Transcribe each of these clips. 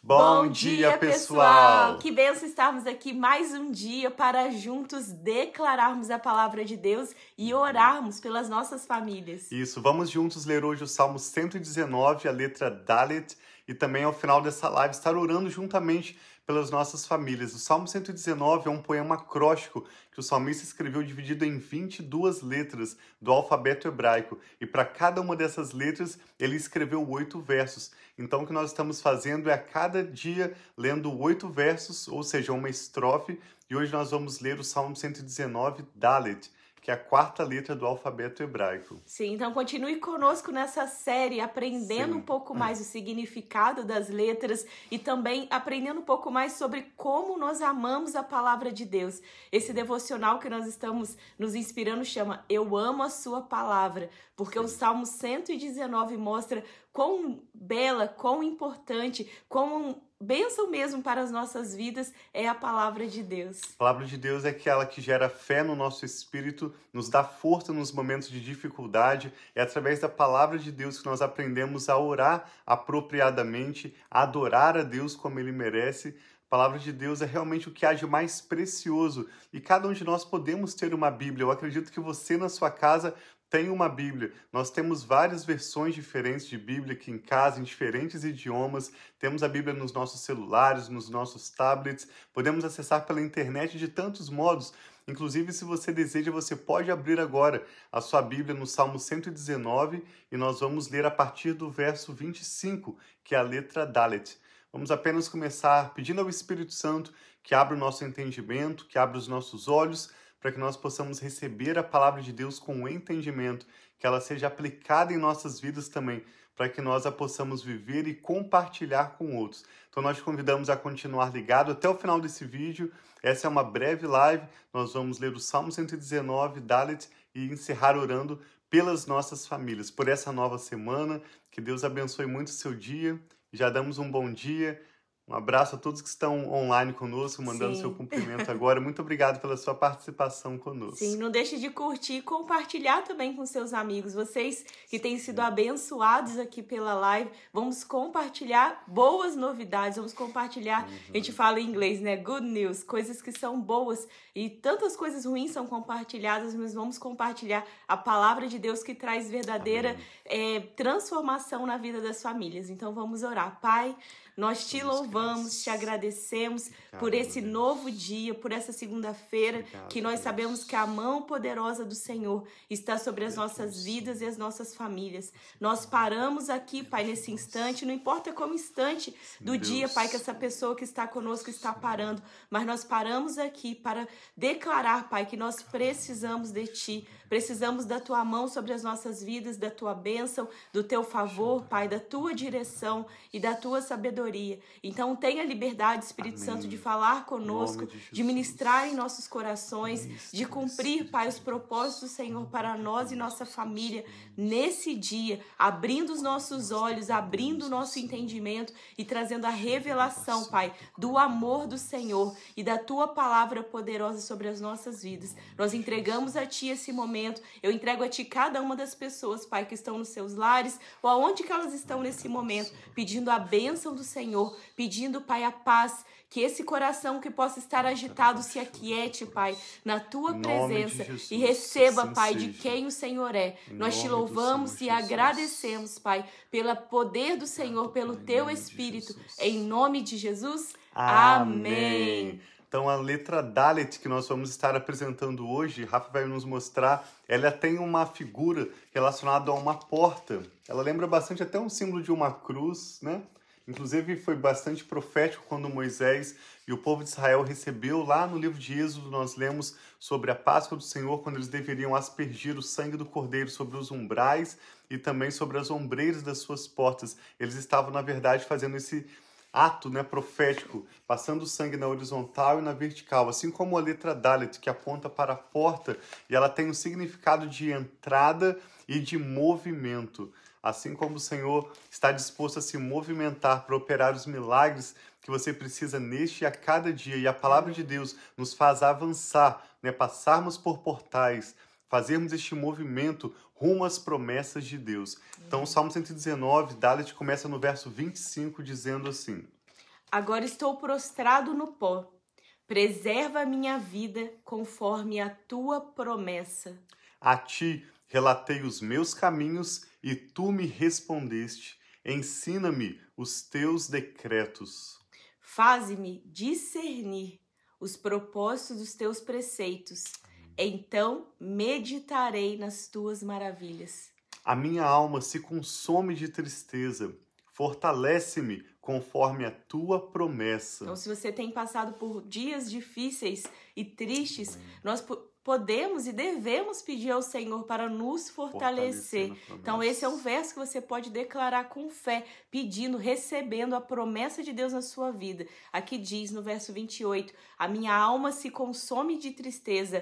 Bom dia, pessoal! Que bênção estarmos aqui mais um dia para juntos declararmos a palavra de Deus e orarmos pelas nossas famílias. Isso, vamos juntos ler hoje o Salmo 119, a letra Dalet, e também ao final dessa live estar orando juntamente pelas nossas famílias. O Salmo 119 é um poema acróstico que o salmista escreveu dividido em 22 letras do alfabeto hebraico. E para cada uma dessas letras, ele escreveu 8 versos. Então, o que nós estamos fazendo é a cada dia lendo 8 versos, ou seja, uma estrofe. E hoje nós vamos ler o Salmo 119, Dalet, que é a 4ª letra do alfabeto hebraico. Sim, então continue conosco nessa série, aprendendo um pouco mais o significado das letras e também aprendendo um pouco mais sobre como nós amamos a palavra de Deus. Esse devocional que nós estamos nos inspirando chama Eu Amo a Sua Palavra, porque o Salmo 119 mostra quão bela, quão importante, quão bênção mesmo para as nossas vidas é a palavra de Deus. A palavra de Deus é aquela que gera fé no nosso espírito, nos dá força nos momentos de dificuldade. É através da palavra de Deus que nós aprendemos a orar apropriadamente, a adorar a Deus como Ele merece. A palavra de Deus é realmente o que há de mais precioso e cada um de nós podemos ter uma Bíblia. Eu acredito que você na sua casa tem uma Bíblia. Nós temos várias versões diferentes de Bíblia aqui em casa, em diferentes idiomas. Temos a Bíblia nos nossos celulares, nos nossos tablets. Podemos acessar pela internet de tantos modos. Inclusive, se você deseja, você pode abrir agora a sua Bíblia no Salmo 119 e nós vamos ler a partir do verso 25, que é a letra Dalet. Vamos apenas começar pedindo ao Espírito Santo que abra o nosso entendimento, que abra os nossos olhos, para que nós possamos receber a palavra de Deus com entendimento, que ela seja aplicada em nossas vidas também, para que nós a possamos viver e compartilhar com outros. Então nós te convidamos a continuar ligado até o final desse vídeo. Essa é uma breve live, nós vamos ler o Salmo 119, Dalet, e encerrar orando pelas nossas famílias, por essa nova semana. Que Deus abençoe muito o seu dia. Já damos um bom dia. Um abraço a todos que estão online conosco, mandando seu cumprimento agora. Muito obrigado pela sua participação conosco. Sim, não deixe de curtir e compartilhar também com seus amigos. Vocês que têm sido abençoados aqui pela live, vamos compartilhar boas novidades, vamos compartilhar, a gente fala em inglês, né? Good news, coisas que são boas e tantas coisas ruins são compartilhadas, mas vamos compartilhar a palavra de Deus que traz verdadeira transformação na vida das famílias. Então vamos orar. Pai, nós te louvamos, te agradecemos por esse novo dia, por essa segunda-feira, que nós sabemos que a mão poderosa do Senhor está sobre as nossas vidas e as nossas famílias. Nós paramos aqui, Pai, nesse instante, não importa como instante do dia, Pai, que essa pessoa que está conosco está parando, mas nós paramos aqui para declarar, Pai, que nós precisamos de Ti, precisamos da Tua mão sobre as nossas vidas, da Tua bênção, do Teu favor, Pai, da Tua direção e da Tua sabedoria. Então tenha liberdade, Espírito Santo, de falar conosco, de ministrar em nossos corações, de cumprir, Pai, os propósitos do Senhor para nós e nossa família nesse dia, abrindo os nossos olhos, abrindo o nosso entendimento e trazendo a revelação, Pai, do amor do Senhor e da Tua palavra poderosa sobre as nossas vidas. Nós entregamos a Ti esse momento, eu entrego a Ti cada uma das pessoas, Pai, que estão nos seus lares ou aonde que elas estão nesse momento, pedindo a bênção do Senhor, pedindo, Pai, a paz, que esse coração que possa estar agitado se aquiete, Pai, na Tua presença e receba, Pai, de quem o Senhor é. Nós te louvamos e agradecemos, Pai, pelo poder do Senhor, pelo Teu Espírito. Em nome de Jesus, amém. Então, a letra Dalet que nós vamos estar apresentando hoje, Rafa vai nos mostrar, ela tem uma figura relacionada a uma porta. Ela lembra bastante até um símbolo de uma cruz, né? Inclusive, foi bastante profético quando Moisés e o povo de Israel recebeu, lá no livro de Êxodo, nós lemos sobre a Páscoa do Senhor, quando eles deveriam aspergir o sangue do cordeiro sobre os umbrais e também sobre as ombreiras das suas portas. Eles estavam, na verdade, fazendo esse ato, né, profético, passando o sangue na horizontal e na vertical, assim como a letra Dalet, que aponta para a porta, e ela tem um significado de entrada e de movimento. Assim como o Senhor está disposto a se movimentar para operar os milagres que você precisa neste e a cada dia. E a palavra de Deus nos faz avançar, né? Passarmos por portais, fazermos este movimento rumo às promessas de Deus. Então, o Salmo 119, Dalet, começa no verso 25, dizendo assim: Agora estou prostrado no pó. Preserva a minha vida conforme a tua promessa. A ti relatei os meus caminhos e tu me respondeste. Ensina-me os teus decretos. Faze-me discernir os propósitos dos teus preceitos. Então meditarei nas tuas maravilhas. A minha alma se consome de tristeza. Fortalece-me conforme a tua promessa. Então, se você tem passado por dias difíceis e tristes, nós podemos e devemos pedir ao Senhor para nos fortalecer. Então, esse é um verso que você pode declarar com fé, pedindo, recebendo a promessa de Deus na sua vida. Aqui diz no verso 28, a minha alma se consome de tristeza,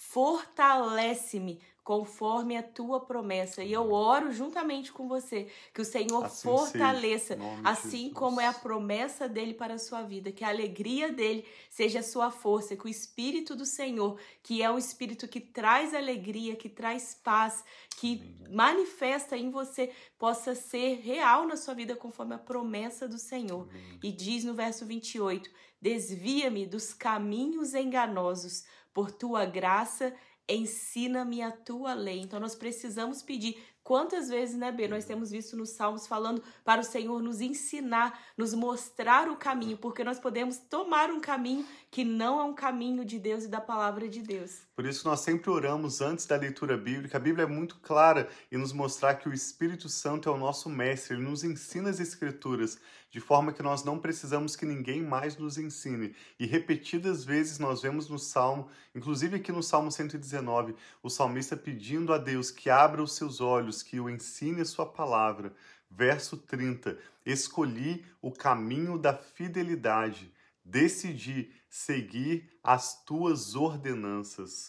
fortalece-me conforme a tua promessa. E eu oro juntamente com você, que o Senhor Assim fortaleça, seja, assim como é a promessa dele para a sua vida, que a alegria dele seja a sua força, que o Espírito do Senhor, que é um Espírito que traz alegria, que traz paz, que manifesta em você, possa ser real na sua vida conforme a promessa do Senhor. E diz no verso 28, desvia-me dos caminhos enganosos, por tua graça ensina-me a tua lei. Então nós precisamos pedir. Quantas vezes, né, B, nós temos visto nos Salmos falando para o Senhor nos ensinar, nos mostrar o caminho, porque nós podemos tomar um caminho que não é um caminho de Deus e da palavra de Deus. Por isso nós sempre oramos antes da leitura bíblica. A Bíblia é muito clara em nos mostrar que o Espírito Santo é o nosso mestre. Ele nos ensina as Escrituras, de forma que nós não precisamos que ninguém mais nos ensine. E repetidas vezes nós vemos no Salmo, inclusive aqui no Salmo 119, o salmista pedindo a Deus que abra os seus olhos, que o ensine a sua palavra. Verso 30, escolhi o caminho da fidelidade, decidi seguir as tuas ordenanças.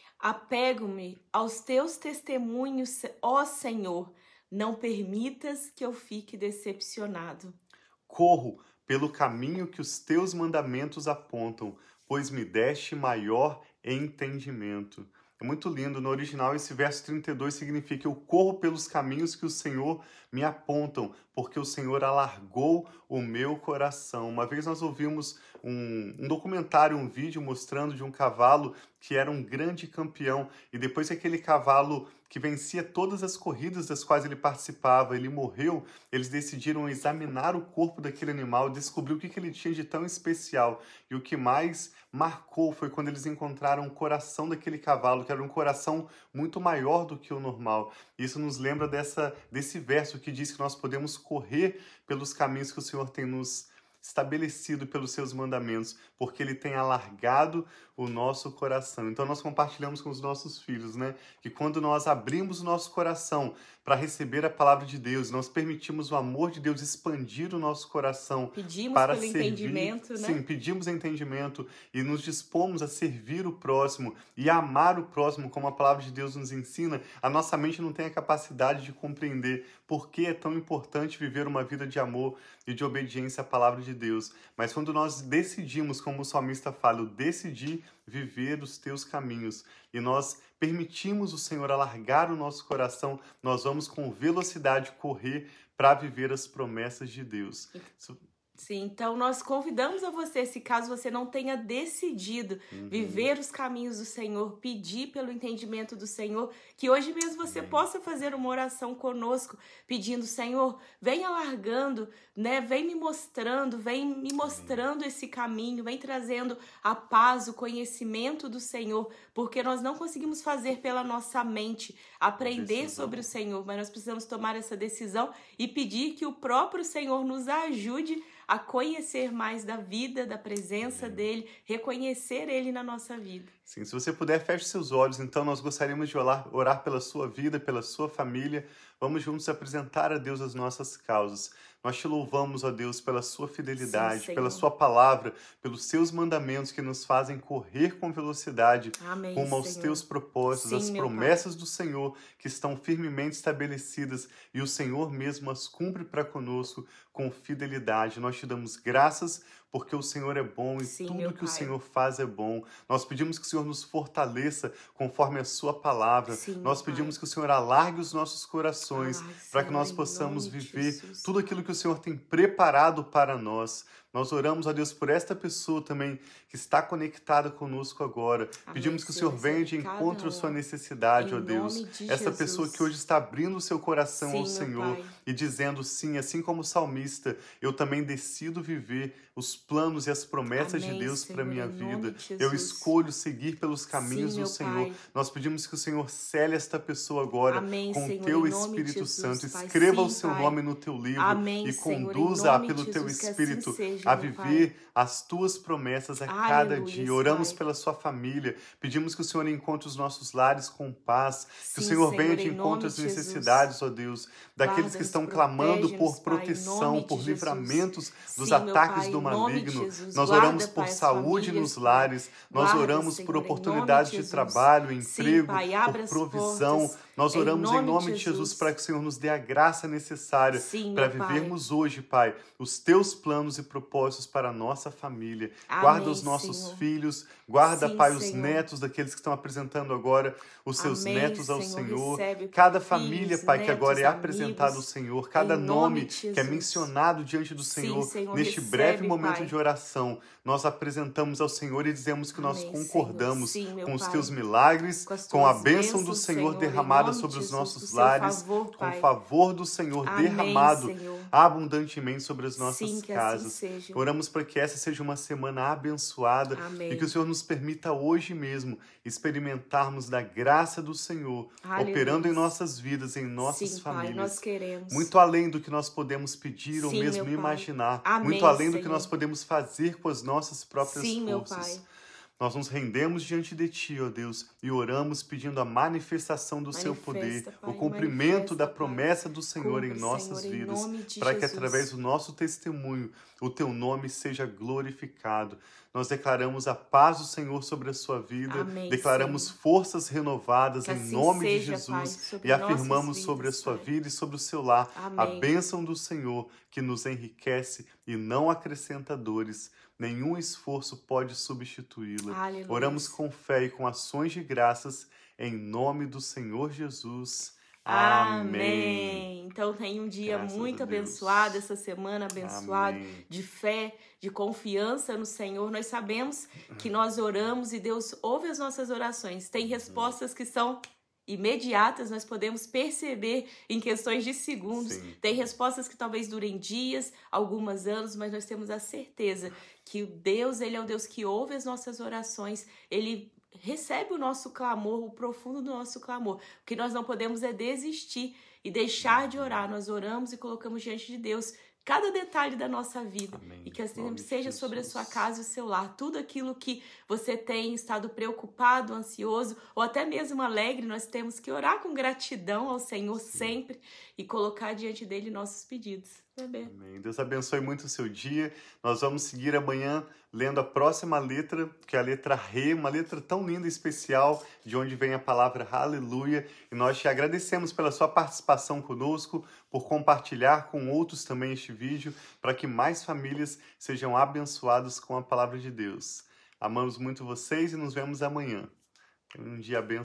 Apego-me aos teus testemunhos, ó Senhor, não permitas que eu fique decepcionado. Corro pelo caminho que os teus mandamentos apontam, pois me deste maior entendimento. É muito lindo. No original, esse verso 32 significa: eu corro pelos caminhos que o Senhor me apontam, porque o Senhor alargou o meu coração. Uma vez nós ouvimos um documentário, um vídeo mostrando de um cavalo que era um grande campeão, e depois que aquele cavalo que vencia todas as corridas das quais ele participava, ele morreu, eles decidiram examinar o corpo daquele animal, descobrir o que ele tinha de tão especial. E o que mais marcou foi quando eles encontraram o coração daquele cavalo, que era um coração muito maior do que o normal. Isso nos lembra desse verso que diz que nós podemos correr pelos caminhos que o Senhor tem nos estabelecido pelos seus mandamentos, porque ele tem alargado o nosso coração. Então nós compartilhamos com os nossos filhos, né? Que quando nós abrimos o nosso coração para receber a palavra de Deus, nós permitimos o amor de Deus expandir o nosso coração. Pedimos para pelo servir, entendimento, né? Sim, pedimos entendimento e nos dispomos a servir o próximo e a amar o próximo, como a palavra de Deus nos ensina. A nossa mente não tem a capacidade de compreender por que é tão importante viver uma vida de amor e de obediência à palavra de Deus. Mas quando nós decidimos, como o salmista fala, eu decidi viver os teus caminhos, e nós permitimos o Senhor alargar o nosso coração, nós vamos com velocidade correr para viver as promessas de Deus. Sim, então nós convidamos a você, se caso você não tenha decidido viver os caminhos do Senhor, pedir pelo entendimento do Senhor, que hoje mesmo você possa fazer uma oração conosco, pedindo: Senhor, vem alargando, né? Vem me mostrando esse caminho, vem trazendo a paz, o conhecimento do Senhor, porque nós não conseguimos fazer pela nossa mente, aprender sobre o Senhor, mas nós precisamos tomar essa decisão e pedir que o próprio Senhor nos ajude a conhecer mais da vida, da presença dele, reconhecer ele na nossa vida. Sim, se você puder, feche seus olhos. Então nós gostaríamos de orar pela sua vida, pela sua família. Vamos juntos apresentar a Deus as nossas causas. Nós te louvamos, ó Deus, pela sua fidelidade, Sim, pela sua palavra, pelos seus mandamentos que nos fazem correr com velocidade. Amém, rumo aos Senhor. teus propósitos, Sim, as meu promessas do Senhor que estão firmemente estabelecidas, e o Senhor mesmo as cumpre para conosco com fidelidade. Nós te damos graças porque o Senhor é bom e Sim, tudo meu que o Pai. Senhor faz é bom. Nós pedimos que o Senhor nos fortaleça conforme a sua palavra. Sim, Nós meu Pai. pedimos que o Senhor alargue os nossos corações Alargue, para que Senhor, nós em possamos nome de viver Jesus. tudo aquilo que o Senhor tem preparado para nós. Nós oramos, ó Deus, por esta pessoa também que está conectada conosco agora. Amém, Pedimos que o Senhor venha de encontro à sua necessidade, ó Deus. Essa pessoa que hoje está abrindo o seu coração ao Senhor e dizendo sim, assim como o salmista, eu também decido viver os planos e as promessas de Deus para minha vida. Eu escolho seguir pelos caminhos do Senhor. Nós pedimos que o Senhor cele esta pessoa agora com o teu Espírito Santo. Escreva o seu nome no teu livro e conduza pelo teu Espírito a viver as tuas promessas a cada dia. Oramos pela sua família. Pedimos que o Senhor encontre os nossos lares com paz. Que o Senhor venha de encontro às necessidades, ó Deus, daqueles que estão clamando por proteção, por livramentos dos ataques do maligno. Nós oramos por saúde nos lares. Nós oramos por oportunidades de trabalho, emprego, por provisão. Nós oramos em nome de Jesus para que o Senhor nos dê a graça necessária para vivermos hoje, Pai, os teus planos e propósitos para a nossa família. Guarda os nossos filhos, guarda, Pai, os netos daqueles que estão apresentando agora os seus netos ao Senhor. Cada família, Pai, que agora é apresentada ao Senhor, cada nome que é mencionado diante do Senhor neste breve momento de oração, nós apresentamos ao Senhor e dizemos que nós concordamos com os teus milagres, com a bênção do Senhor derramada sobre os nossos lares, com o favor do Senhor derramado abundantemente sobre as nossas casas. Oramos para que essa seja uma semana abençoada e que o Senhor nos permita hoje mesmo experimentarmos da graça do Senhor, operando em nossas vidas, em nossas famílias. Pai, nós queremos. Muito além do que nós podemos pedir ou mesmo imaginar. Muito além do que nós podemos fazer com as nossas próprias forças. Nós nos rendemos diante de Ti, ó Deus, e oramos pedindo a manifestação do Seu poder, o cumprimento da promessa do Senhor em nossas vidas, para que através do nosso testemunho o Teu nome seja glorificado. Nós declaramos a paz do Senhor sobre a sua vida, declaramos forças renovadas em nome de Jesus e afirmamos sobre a sua vida e sobre o seu lar a bênção do Senhor que nos enriquece e não acrescenta dores. Nenhum esforço pode substituí-la. Oramos com fé e com ações de graças em nome do Senhor Jesus. Amém. Então tenha um dia muito abençoado, essa semana abençoada, de fé, de confiança no Senhor. Nós sabemos que nós oramos e Deus ouve as nossas orações. Tem respostas que são imediatas, nós podemos perceber em questões de segundos. Tem respostas que talvez durem dias, alguns anos, mas nós temos a certeza que o Deus, Ele é o Deus que ouve as nossas orações, Ele recebe o nosso clamor, o profundo do nosso clamor. O que nós não podemos é desistir e deixar de orar. Nós oramos e colocamos diante de Deus cada detalhe da nossa vida. E que assim seja sobre a sua casa e o seu lar. Tudo aquilo que você tem estado preocupado, ansioso ou até mesmo alegre, nós temos que orar com gratidão ao Senhor sempre e colocar diante dele nossos pedidos. Amém. Deus abençoe muito o seu dia. Nós vamos seguir amanhã lendo a próxima letra, que é a letra Re, uma letra tão linda e especial, de onde vem a palavra Aleluia. E nós te agradecemos pela sua participação conosco, por compartilhar com outros também este vídeo, para que mais famílias sejam abençoadas com a palavra de Deus. Amamos muito vocês e nos vemos amanhã. Um dia abençoado.